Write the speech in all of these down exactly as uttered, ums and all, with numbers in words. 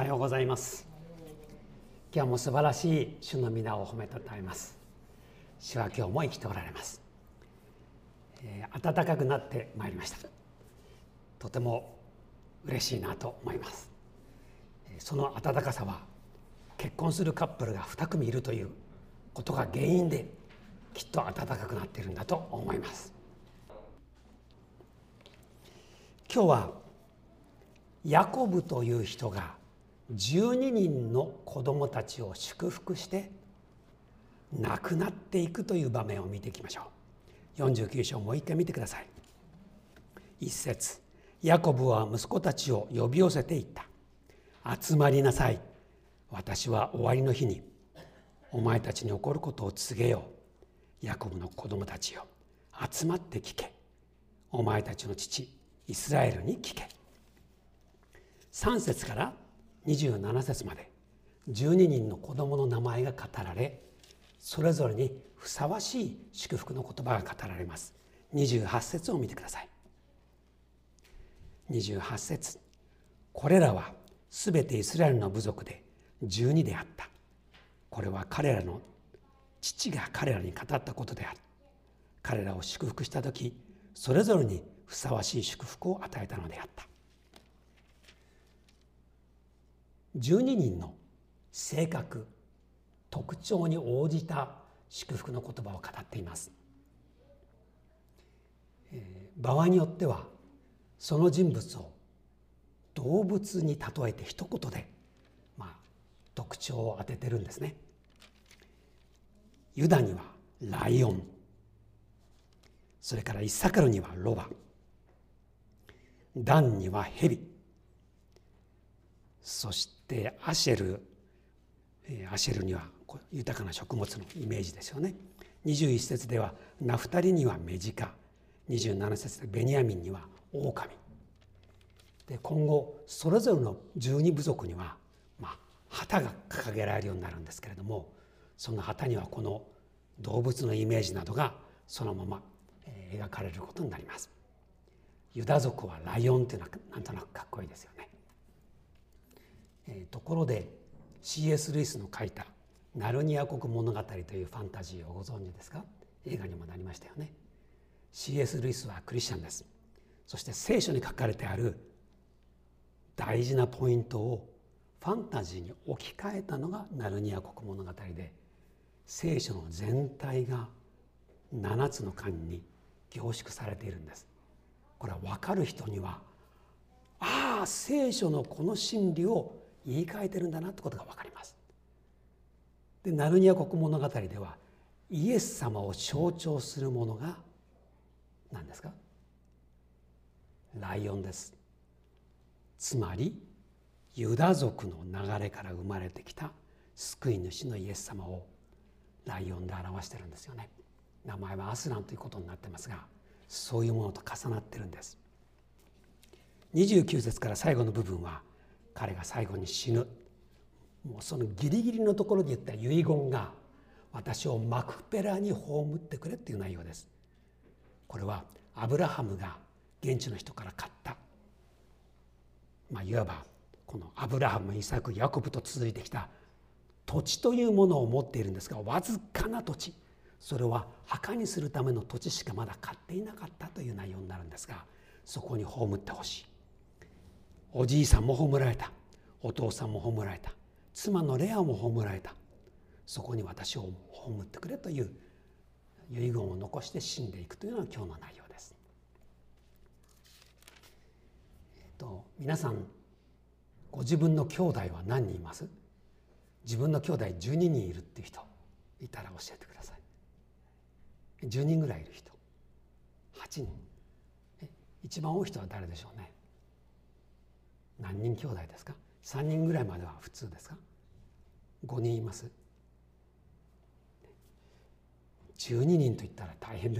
ようございます。今日も素晴らしい主の皆を褒めたたえます。主は今日も生きておられます。えー、暖かくなってまいりました。とても嬉しいなと思います。その暖かさは結婚するカップルがに組いるということが原因できっと暖かくなっているんだと思います。今日はヤコブという人がじゅうににんの子供たちを祝福して亡くなっていくという場面を見ていきましょう。よんじゅうきゅう章もう一回見てください。一節、ヤコブは息子たちを呼び寄せていった。集まりなさい。私は終わりの日にお前たちに起こることを告げよう。ヤコブの子供たちよ、集まって聞け。お前たちの父イスラエルに聞け。さん節からにじゅうなな節までじゅうににんの子供の名前が語られ、それぞれにふさわしい祝福の言葉が語られます。にじゅうはち節を見てください。にじゅうはち節、これらはすべてイスラエルの部族でじゅうにであった。これは彼らの父が彼らに語ったことである。彼らを祝福したとき、それぞれにふさわしい祝福を与えたのであった。じゅうににんの性格、特徴に応じた祝福の言葉を語っています。えー、場合によってはその人物を動物に例えて一言で、まあ、特徴を当ててるんですね。ユダにはライオン、それからイッサカルにはロバ、ダンにはヘビ、そしてアシェル、アシェルには豊かな食物のイメージですよね。にじゅういち節ではナフタリにはメジカ、にじゅうなな節でベニヤミンにはオオカミで、今後それぞれのじゅうに部族には、まあ、旗が掲げられるようになるんですけれども、その旗にはこの動物のイメージなどがそのまま描かれることになります。ユダ族はライオンというのはなんとなくかっこいいですよね。えー、ところで シーエス ルイスの書いたナルニア国物語というファンタジーをご存知ですか？映画にもなりましたよね。 シーエス ルイスはクリスチャンです。そして聖書に書かれてある大事なポイントをファンタジーに置き換えたのがナルニア国物語で、聖書の全体がななつの巻に凝縮されているんです。これは分かる人には、ああ聖書のこの真理を言い換えてるんだなってことが分かります。でナルニア国物語ではイエス様を象徴するものが何ですか？ライオンです。つまりユダ族の流れから生まれてきた救い主のイエス様をライオンで表してるんですよね。名前はアスランということになってますが、そういうものと重なってるんです。にじゅうきゅう節から最後の部分は彼が最後に死ぬ、もうそのギリギリのところで言った遺言が、私をマクペラに葬ってくれっていう内容です。これはアブラハムが現地の人から買った、まあ、いわばこのアブラハム、イサク、ヤコブと続いてきた土地というものを持っているんですが、わずかな土地、それは墓にするための土地しかまだ買っていなかったという内容になるんですが、そこに葬ってほしい。おじいさんも葬られた、お父さんも葬られた、妻のレアも葬られた、そこに私を葬ってくれという遺言を残して死んでいくというのが今日の内容です。えっと、皆さんご自分の兄弟は何人います？自分の兄弟じゅうににんいるっていう人いたら教えてください。じゅうにんぐらいいる人、はちにん、え一番多い人は誰でしょうね。何人兄弟ですか？さんにんぐらいまでは普通ですか？ごにんいます？じゅうににんといったら大変です。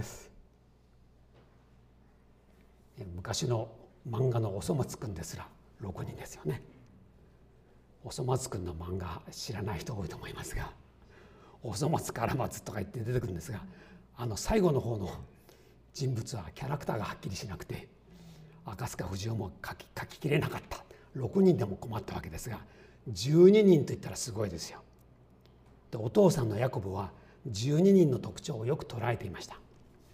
昔の漫画のおそ松くんですらろくにんですよね。おそ松くんの漫画知らない人多いと思いますが、おそ松から松とか言って出てくるんですが、あの最後の方の人物はキャラクターがはっきりしなくて、赤塚不二夫も書き書ききれなかった、ろくにんでも困ったわけですが、 じゅうににんといったらすごいですよ。でお父さんのヤコブはじゅうににんの特徴をよく捉えていました。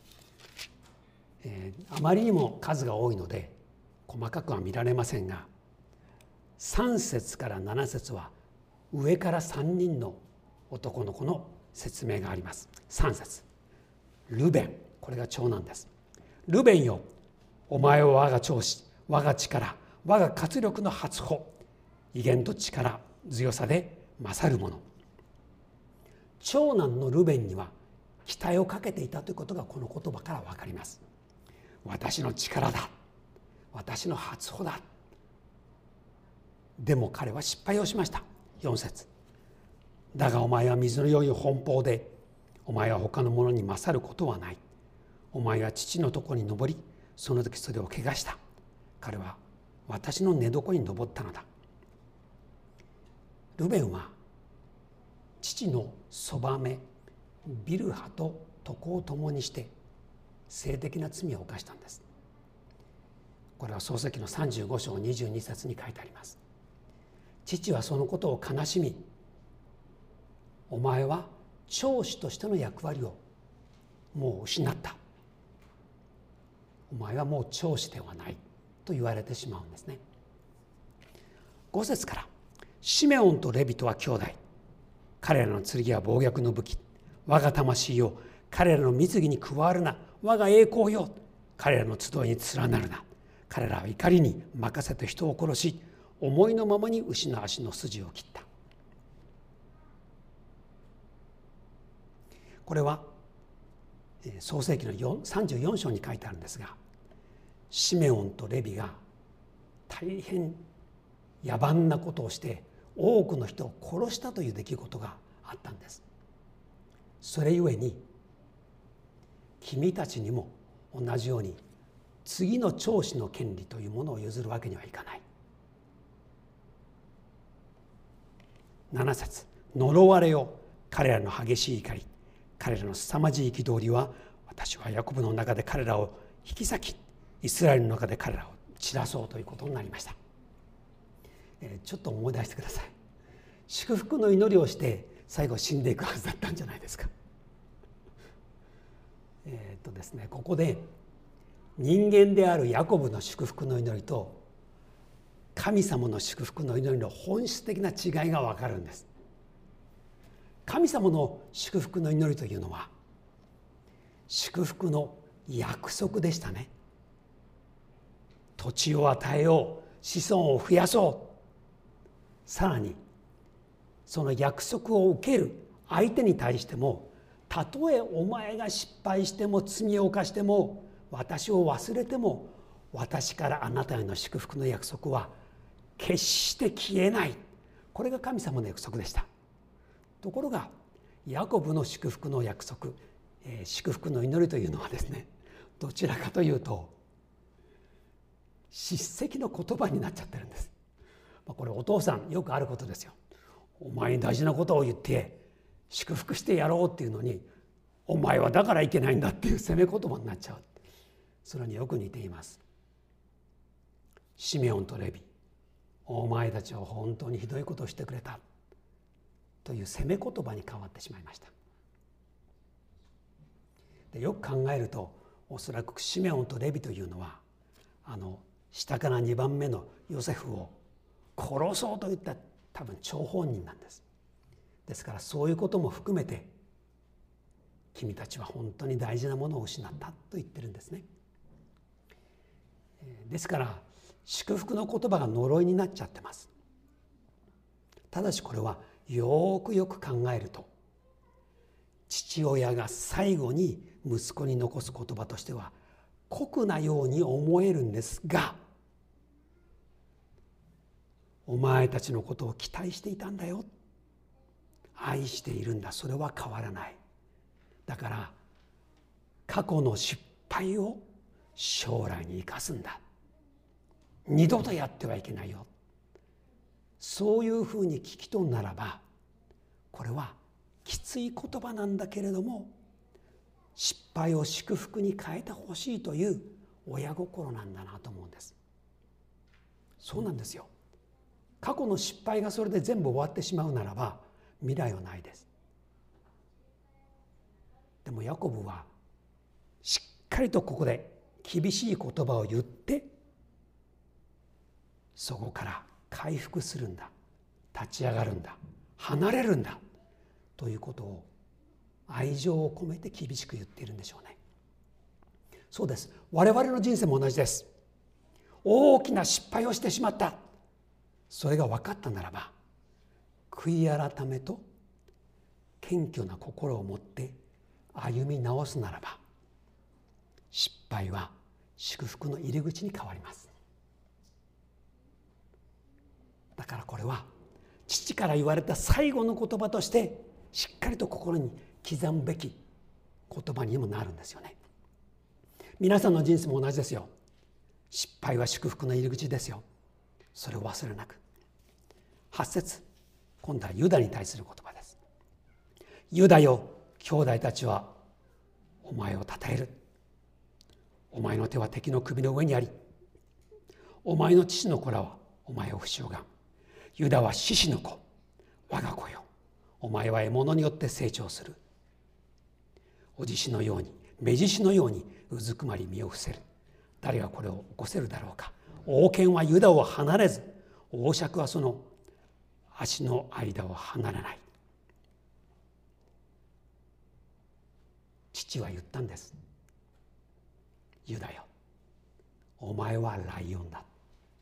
えー、あまりにも数が多いので細かくは見られませんが、さん節からなな節は上からさんにんの男の子の説明があります。さん節、ルベン、これが長男です。ルベンよ、お前は我が長子、我が力、我が活力の初歩、威厳と力強さで勝る者。長男のルベンには期待をかけていたということがこの言葉から分かります。私の力だ、私の初歩だ。でも彼は失敗をしました。よん節、だがお前は水のよい奔放で、お前は他の者に勝ることはない。お前は父のところに登り、その時それを怪我した。彼は私の寝床に登ったのだ。ルベンは父のそばめビルハと床を共にして性的な罪を犯したんです。これは創世記のさんじゅうご章にじゅうに節に書いてあります。父はそのことを悲しみ、お前は長子としての役割をもう失った、お前はもう長子ではないと言われてしまうんですね。ご節から、シメオンとレビトは兄弟、彼らの剣は暴虐の武器、我が魂よ彼らの貢ぎに加わるな、我が栄光よ彼らの集いに連なるな。彼らは怒りに任せて人を殺し、思いのままに牛の足の筋を切った。これは創世記のさんじゅうよん章に書いてあるんですが、シメオンとレビが大変野蛮なことをして多くの人を殺したという出来事があったんです。それゆえに君たちにも同じように次の長子の権利というものを譲るわけにはいかない。なな節、呪われよ彼らの激しい怒り、彼らの凄まじい憤りは、私はヤコブの中で彼らを引き裂き、イスラエルの中で彼らを散らそうということになりました。えー、ちょっと思い出してください。祝福の祈りをして最後死んでいくはずだったんじゃないですか。えっとですね、ここで人間であるヤコブの祝福の祈りと神様の祝福の祈りの本質的な違いが分かるんです。神様の祝福の祈りというのは祝福の約束でしたね。土地を与えよう、子孫を増やそう。さらにその約束を受ける相手に対しても、たとえお前が失敗しても罪を犯しても私を忘れても、私からあなたへの祝福の約束は決して消えない。これが神様の約束でした。ところがヤコブの祝福の約束、えー、祝福の祈りというのはですね、どちらかというと叱責の言葉になっちゃってるんです。これお父さんよくあることですよ。お前に大事なことを言って祝福してやろうっていうのに、お前はだからいけないんだっていう責め言葉になっちゃう。それによく似ています。シメオンとレビ、お前たちは本当にひどいことをしてくれたという責め言葉に変わってしまいました。でよく考えると、おそらくシメオンとレビというのはあの下からにばんめのヨセフを殺そうといった多分張本人なんです。ですからそういうことも含めて、君たちは本当に大事なものを失ったと言ってるんですね。ですから祝福の言葉が呪いになっちゃってます。ただしこれはよくよく考えると、父親が最後に息子に残す言葉としては酷なように思えるんですが、お前たちのことを期待していたんだよ、愛しているんだ、それは変わらない。だから過去の失敗を将来に生かすんだ、二度とやってはいけないよ、そういうふうに聞き取るならば、これはきつい言葉なんだけれども失敗を祝福に変えてほしいという親心なんだなと思うんです。そうなんですよ。 過去の失敗がそれで全部終わってしまうならば未来はないです。でもヤコブはしっかりとここで厳しい言葉を言って、そこから回復するんだ、立ち上がるんだ、離れるんだということを愛情を込めて厳しく言っているんでしょうね。そうです。我々の人生も同じです。大きな失敗をしてしまった、それが分かったならば、悔い改めと謙虚な心を持って歩み直すならば、失敗は祝福の入り口に変わります。だからこれは父から言われた最後の言葉としてしっかりと心に刻むべき言葉にもなるんですよね。皆さんの人生も同じですよ。失敗は祝福の入り口ですよ。それを忘れなく。はち節、今度はユダに対する言葉です。ユダよ、兄弟たちはお前を称える。お前の手は敵の首の上にあり、お前の父の子らはお前を不祥が。ユダは獅子の子、我が子よ。お前は獲物によって成長する。お獅子のように、目獅子のようにうずくまり身を伏せる。誰がこれを起こせるだろうか。王権はユダを離れず、王爵はその足の間を離れない。父は言ったんです。ユダよ、お前はライオンだ。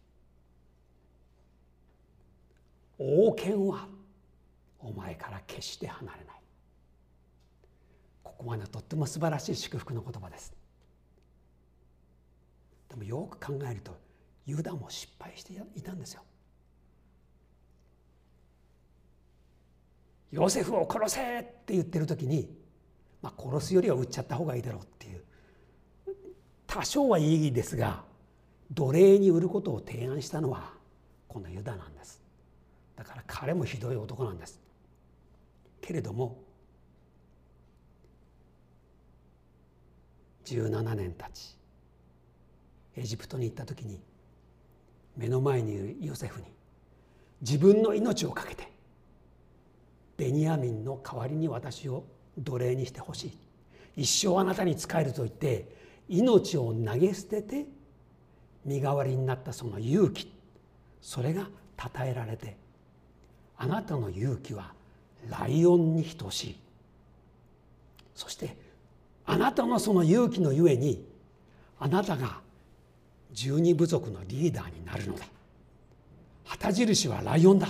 王権はお前から決して離れない。ここまでとっても素晴らしい祝福の言葉です。でもよく考えるとユダも失敗していたんですよ。ヨセフを殺せって言ってる時に、まあ、殺すよりは売っちゃった方がいいだろうっていう、多少はいいですが奴隷に売ることを提案したのはこのユダなんです。だから彼もひどい男なんです。けれどもじゅうななねん経ちエジプトに行った時に、目の前にいるヨセフに自分の命をかけてベニヤミンの代わりに私を奴隷にしてほしい、一生あなたに仕えると言って命を投げ捨てて身代わりになったその勇気、それが称えられて、あなたの勇気はライオンに等しい。そしてあなたのその勇気のゆえにあなたが十二部族のリーダーになるのだ。旗印はライオンだ。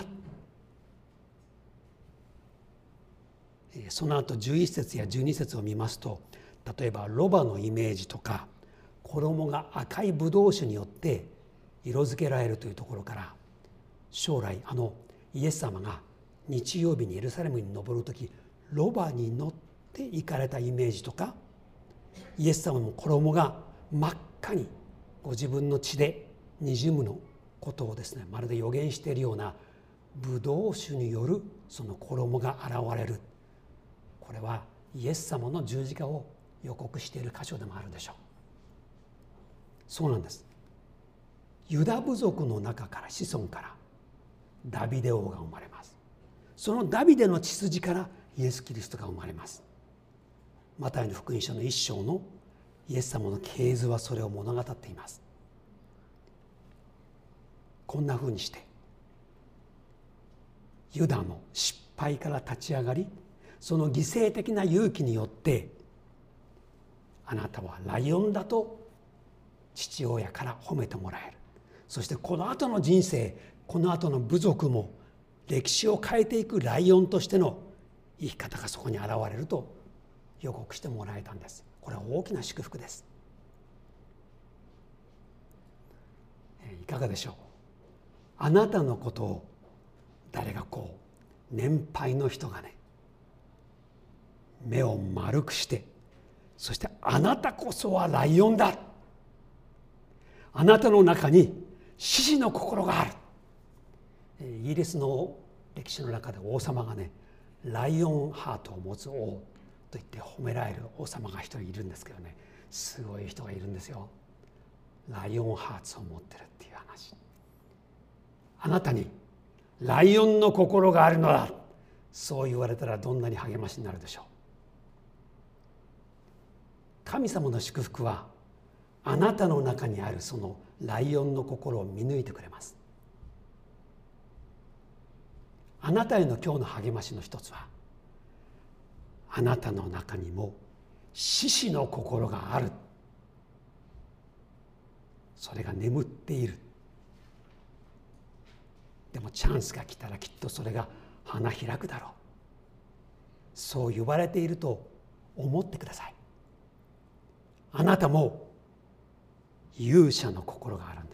その後じゅういち節やじゅうに節を見ますと、例えばロバのイメージとか衣が赤いブドウ酒によって色づけられるというところから、将来あのイエス様が日曜日にエルサレムに登る時ロバに乗って行かれたイメージとか、イエス様の衣が真っ赤にご自分の血でにじむのことをですね、まるで予言しているようなブドウ酒によるその衣が現れる。これはイエス様の十字架を予告している箇所でもあるでしょう。そうなんです。ユダ部族の中から、子孫からダビデ王が生まれます。そのダビデの血筋からイエス・キリストが生まれます。マタイの福音書の一章のイエス様の系図はそれを物語っています。こんなふうにしてユダも失敗から立ち上がり、その犠牲的な勇気によってあなたはライオンだと父親から褒めてもらえる。そしてこの後の人生、この後の部族も歴史を変えていくライオンとしての生き方がそこに現れると予告してもらえたんです。これは大きな祝福です。いかがでしょう。あなたのことを誰がこう年配の人がね、目を丸くして、そしてあなたこそはライオンだ、あなたの中に獅子の心がある。イギリスの歴史の中で王様がね、ライオンハートを持つ王と言って褒められる王様が一人いるんですけどね、すごい人がいるんですよ。ライオンハーツを持ってるっていう話。あなたにライオンの心があるのだ、そう言われたらどんなに励ましになるでしょう。神様の祝福はあなたの中にあるそのライオンの心を見抜いてくれます。あなたへの今日の励ましの一つは、あなたの中にも獅子の心がある、それが眠っている。でもチャンスが来たらきっとそれが花開くだろう、そう言われていると思ってください。あなたも勇者の心があるんです。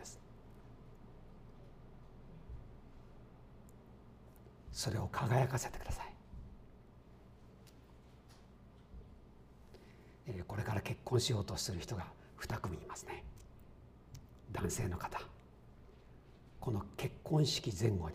それを輝かせてください。これから結婚しようとする人がに組いますね。男性の方、この結婚式前後に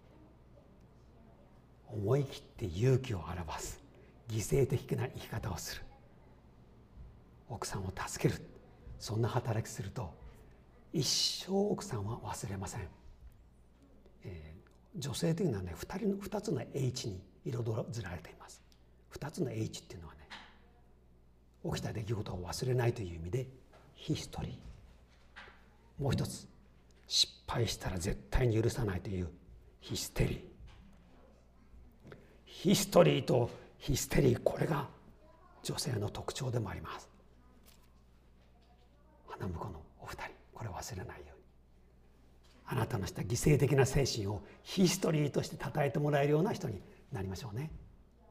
思い切って勇気を表す犠牲的な生き方をする、奥さんを助ける、そんな働きすると一生奥さんは忘れません。えー、女性というのはね、ふたりのふたつの H に彩られています。ふたつの H っていうのはね、起きた出来事を忘れないという意味でヒストリー、もう一つ失敗したら絶対に許さないというヒステリー。ヒストリーとヒステリー、これが女性の特徴でもあります。花婿のお二人、これを忘れないように、あなたのした犠牲的な精神をヒストリーとして称えてもらえるような人になりましょうね。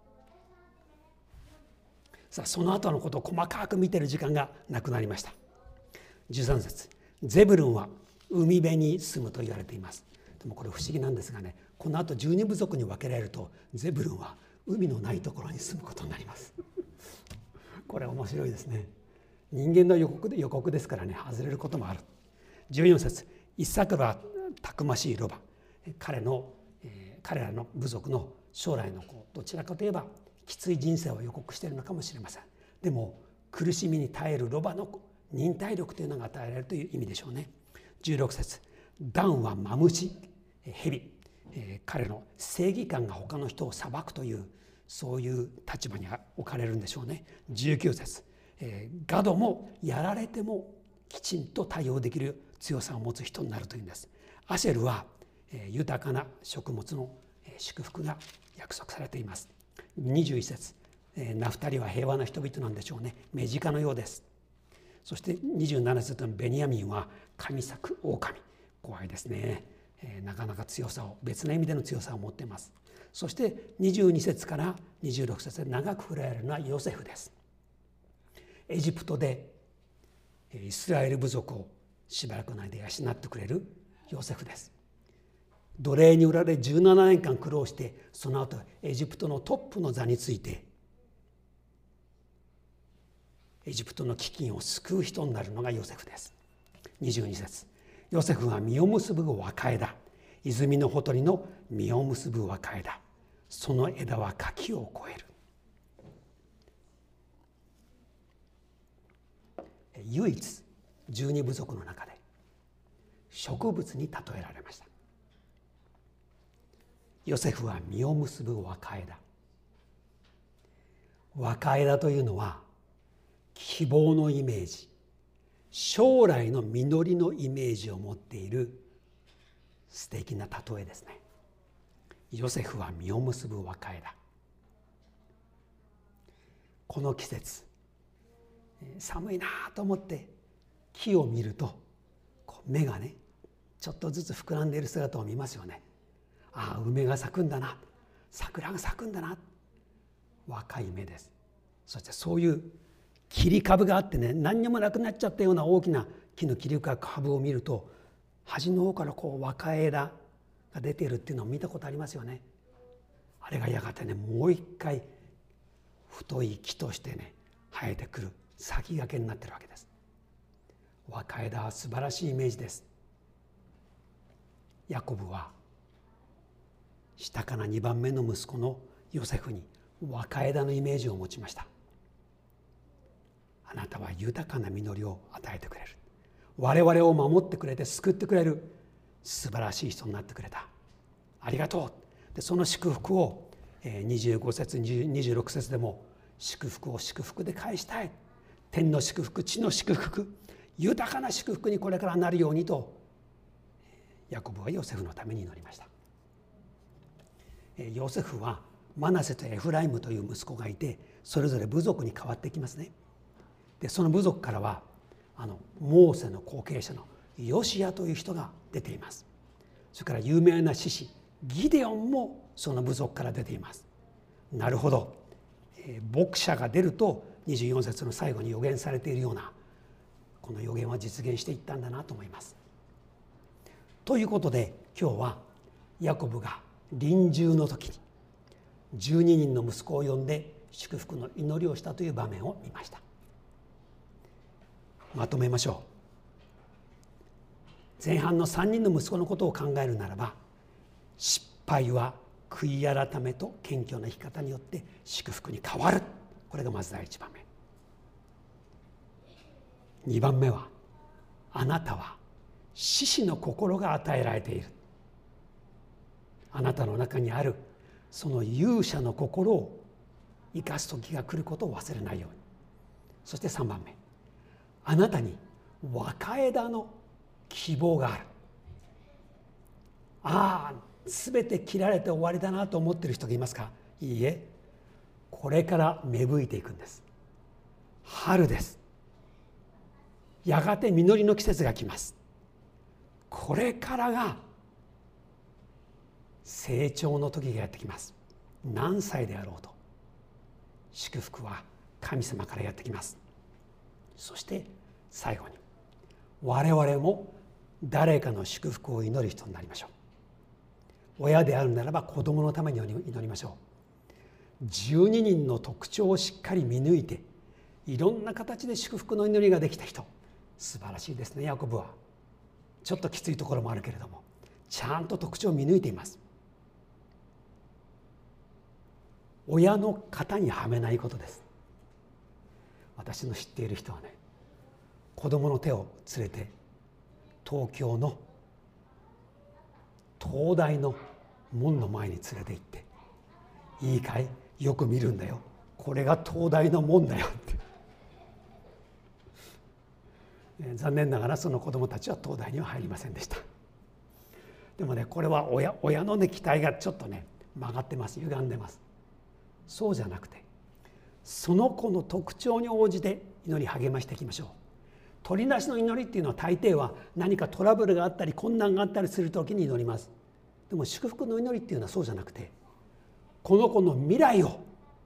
さあ、その後のことを細かく見ている時間がなくなりました。じゅうさん節、ゼブルンは海辺に住むと言われています。でもこれ不思議なんですがね、この後じゅうに部族に分けられるとゼブルンは海のないところに住むことになりますこれ面白いですね。人間の予告で予告ですからね、外れることもある。じゅうよん節、イッサカルはたくましいロバ、彼の、えー、彼らの部族の将来のこうどちらかといえばきつい人生を予告しているのかもしれません。でも苦しみに耐えるロバの忍耐力というのが与えられるという意味でしょうね。じゅうろく節、ダンはマムシ、ヘビ、えー、彼の正義感が他の人を裁くというそういう立場に置かれるんでしょうね。じゅうきゅう節、えー、ガドもやられてもきちんと対応できる強さを持つ人になるというんです。アシェルは、えー、豊かな食物の、えー、祝福が約束されています。にじゅういち節、えー、ナフタリは平和な人々なんでしょうね。目近のようです。そしてにじゅうなな節のベニヤミンは神作狼、怖いですね、えー、なかなか強さを、別の意味での強さを持っています。そしてにじゅうに節からにじゅうろく節で長く触れられるのはヨセフです。エジプトでイスラエル部族をしばらくの間養ってくれるヨセフです。奴隷に売られじゅうななねんかん苦労して、その後エジプトのトップの座についてエジプトの飢饉を救う人になるのがヨセフです。にじゅうに節、ヨセフは実を結ぶ若枝、泉のほとりの実を結ぶ若枝、その枝は柿を越える。唯一十二部族の中で植物に例えられました。ヨセフは実を結ぶ若枝。若枝というのは希望のイメージ、将来の実りのイメージを持っている素敵な例えですね。ヨセフは実を結ぶ若枝。この季節、寒いなと思って木を見ると、こう芽がねちょっとずつ膨らんでいる姿を見ますよね。ああ、梅が咲くんだな、桜が咲くんだな、若い芽です。そしてそういう切り株があってね、何にもなくなっちゃったような大きな木の切り株を見ると、端の方からこう若い枝が出ているっていうのを見たことありますよね。あれがやがてね、もう一回太い木としてね生えてくる先駆けになっているわけです。若枝は素晴らしいイメージです。ヤコブは下からにばんめの息子のヨセフに若枝のイメージを持ちました。あなたは豊かな実りを与えてくれる、我々を守ってくれて救ってくれる素晴らしい人になってくれた。 ありがとう。でその祝福をにじゅうご節にじゅうろく節でも祝福を祝福で返したい、天の祝福、地の祝福、豊かな祝福にこれからなるようにとヤコブはヨセフのために祈りました。ヨセフはマナセとエフライムという息子がいて、それぞれ部族に変わってきますね。でその部族からはあのモーセの後継者のヨシアという人が出ています。それから有名な士師ギデオンもその部族から出ています。なるほど、えー、牧者が出るとにじゅうよん節の最後に予言されているようなこの予言は実現していったんだなと思います。ということで今日はヤコブが臨終の時にじゅうににんの息子を呼んで祝福の祈りをしたという場面を見ました。まとめましょう。前半のさんにんの息子のことを考えるならば、失敗は悔い改めと謙虚な生き方によって祝福に変わる。これがまず第一番目。にばんめは、あなたは獅子の心が与えられている。あなたの中にあるその勇者の心を生かす時が来ることを忘れないように。そしてさんばんめ、あなたに若枝の希望がある。ああ、すべて切られて終わりだなと思っている人がいますか？いいえ、これから芽吹いていくんです。春です。やがて実りの季節が来ます。これからが成長の時がやってきます。何歳であろうと祝福は神様からやってきます。そして最後に、我々も誰かの祝福を祈る人になりましょう。親であるならば子供のために祈りましょう。じゅうににんの特徴をしっかり見抜いて、いろんな形で祝福の祈りができた人、素晴らしいですね。ヤコブはちょっときついところもあるけれども、ちゃんと特徴を見抜いています。親の型にはめないことです。私の知っている人はね、子供の手を連れて東京の東大の門の前に連れて行って、いいかい、よく見るんだよ、これが東大の門だよって残念ながらその子供たちは東大には入りませんでした。でもね、これは 親, 親の、ね、期待がちょっとね曲がってます、歪んでます。そうじゃなくて、その子の特徴に応じて祈り励ましていきましょう。取りなしの祈りっていうのは大抵は何かトラブルがあったり困難があったりする時に祈ります。でも祝福の祈りっていうのはそうじゃなくて、この子の未来を、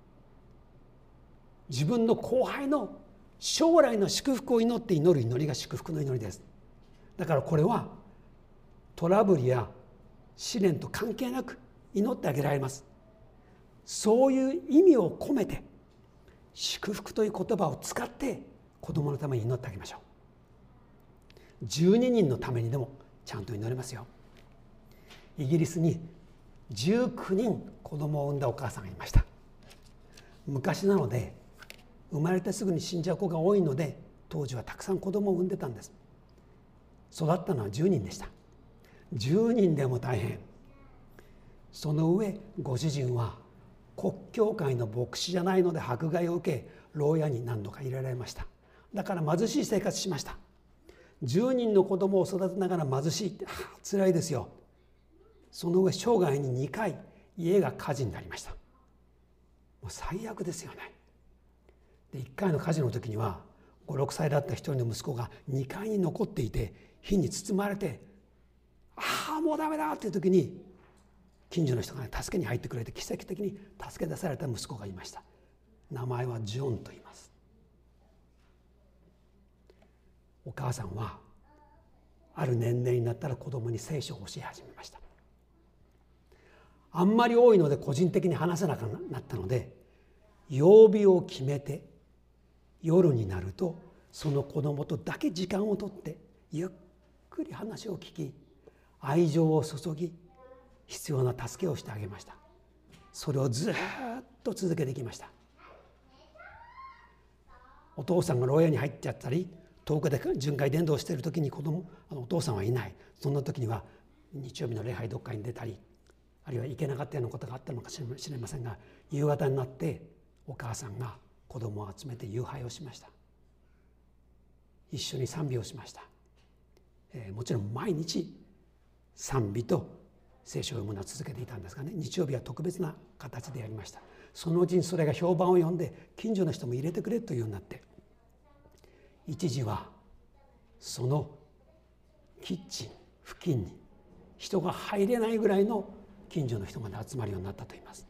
自分の後輩の将来の祝福を祈って祈る祈りが祝福の祈りです。だからこれはトラブルや試練と関係なく祈ってあげられます。そういう意味を込めて祝福という言葉を使って子供のために祈ってあげましょう。じゅうににんのためにでもちゃんと祈りますよ。イギリスにじゅうきゅうにん子供を産んだお母さんがいました。昔なので生まれてすぐに死んじゃう子が多いので、当時はたくさん子供を産んでたんです。育ったのはじゅうにんでした。じゅうにんでも大変。その上ご主人は国教会の牧師じゃないので迫害を受け、牢屋に何度か入れられました。だから貧しい生活しました。じゅうにんの子供を育てながら貧しいって、辛いですよ。その上生涯ににかい家が火事になりました。もう最悪ですよね。でいっかいの火事の時にはご、ろくさいだった一人の息子がにかいに残っていて、火に包まれて、ああもうダメだっていう時に近所の人が、ね、助けに入ってくれて、奇跡的に助け出された息子がいました。名前はジョンと言います。お母さんはある年齢になったら子供に聖書を教え始めました。あんまり多いので個人的に話せなくなったので、曜日を決めて夜になるとその子供とだけ時間をとってゆっくり話を聞き、愛情を注ぎ、必要な助けをしてあげました。それをずっと続けてきました。お父さんが牢屋に入っちゃったり、遠くで巡回伝道している時に子供あのお父さんはいない、そんな時には日曜日の礼拝どっかに出たり、 あるいは行けなかったようなことがあったのかしれませんが、夕方になってお母さんが子供を集めて夕拝をしました。一緒に賛美をしました。えー、もちろん毎日賛美と聖書を読むのは続けていたんですがね、日曜日は特別な形でやりました。そのうちにそれが評判を呼んで、近所の人も入れてくれというようになって、一時はそのキッチン付近に人が入れないぐらいの近所の人まで集まるようになったといいます。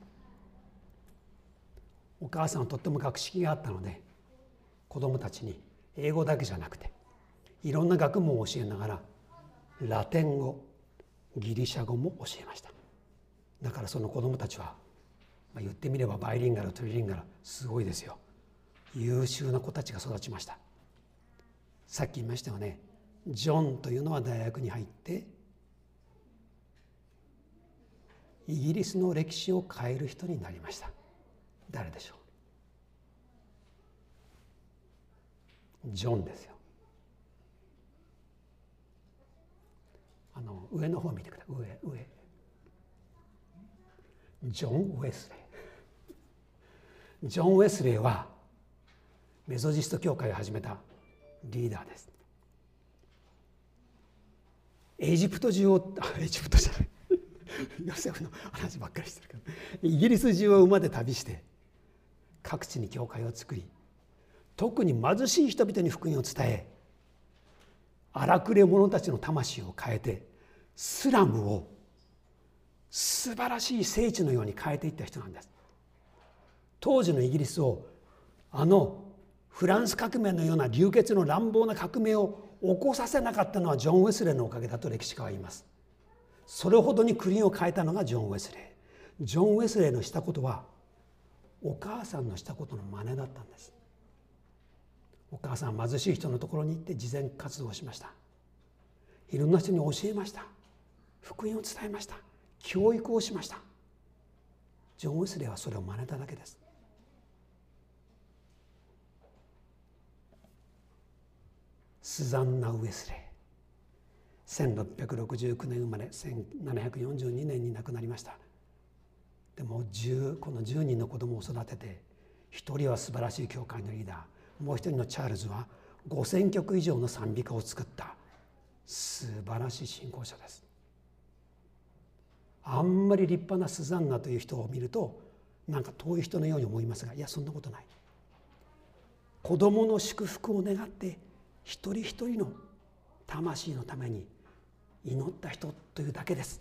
お母さんはとっても学識があったので、子どもたちに英語だけじゃなくていろんな学問を教えながらラテン語、ギリシャ語も教えました。だからその子どもたちは、まあ、言ってみればバイリンガル、トリリンガル、すごいですよ。優秀な子たちが育ちました。さっき言いましたよね、ジョンというのは大学に入ってイギリスの歴史を変える人になりました。誰でしょう？ジョンですよ。あの上の方を見てください。上上ジョン・ウェスレー。ジョン・ウェスレーはメソジスト教会を始めたリーダーです。エジプト中をあエジプトじゃないヨセフの話ばっかりしてるけど、イギリス中を馬で旅して各地に教会を作り、特に貧しい人々に福音を伝え、荒くれ者たちの魂を変えて、スラムを素晴らしい聖地のように変えていった人なんです。当時のイギリスをあのフランス革命のような流血の乱暴な革命を起こさせなかったのはジョン・ウェスレーのおかげだと歴史家は言います。それほどに国を変えたのがジョン・ウェスレー。ジョン・ウェスレーのしたことはお母さんのしたことの真似だったんです。お母さんは貧しい人のところに行って慈善活動をしました。いろんな人に教えました。福音を伝えました。教育をしました。ジョン・ウェスレーはそれを真似ただけです。スザンナ・ウェスレー、せんろっぴゃくろくじゅうきゅうねん生まれ、せんななひゃくよんじゅうにねんに亡くなりました。でもこのじゅうにんの子供を育てて、一人は素晴らしい教会のリーダー、もう一人のチャールズはごせんきょく以上の賛美歌を作った素晴らしい信仰者です。あんまり立派なスザンナという人を見るとなんか遠い人のように思いますが、いやそんなことない。子供の祝福を願って一人一人の魂のために祈った人というだけです。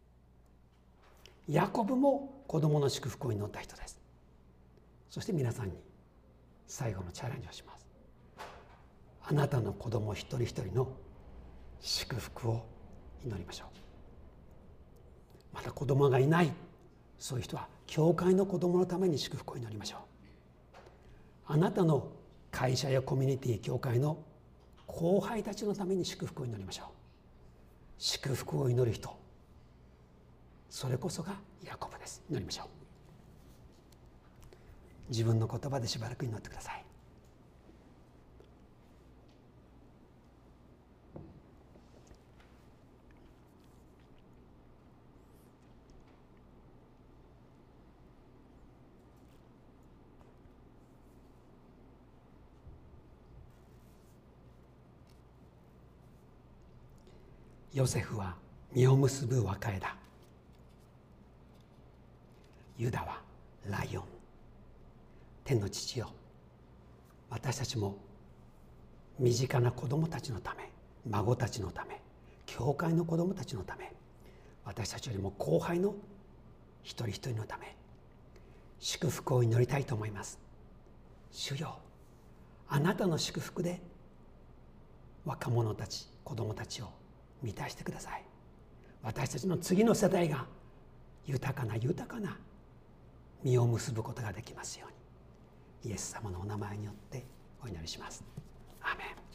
ヤコブも子供の祝福を祈った人です。そして皆さんに最後のチャレンジをします。あなたの子供一人一人の祝福を祈りましょう。また子供がいない、そういう人は教会の子供のために祝福を祈りましょう。あなたの会社やコミュニティ、教会の後輩たちのために祝福を祈りましょう。祝福を祈る人、それこそがヤコブです。祈りましょう。自分の言葉でしばらく祈ってください。ヨセフは実を結ぶ若枝、ユダはライオン。天の父よ、私たちも身近な子供たちのため、孫たちのため、教会の子供たちのため、私たちよりも後輩の一人一人のため、祝福を祈りたいと思います。主よ、あなたの祝福で若者たち、子供たちを満たしてください。私たちの次の世代が豊かな豊かな実を結ぶことができますように、イエス様のお名前によってお祈りします。アーメン。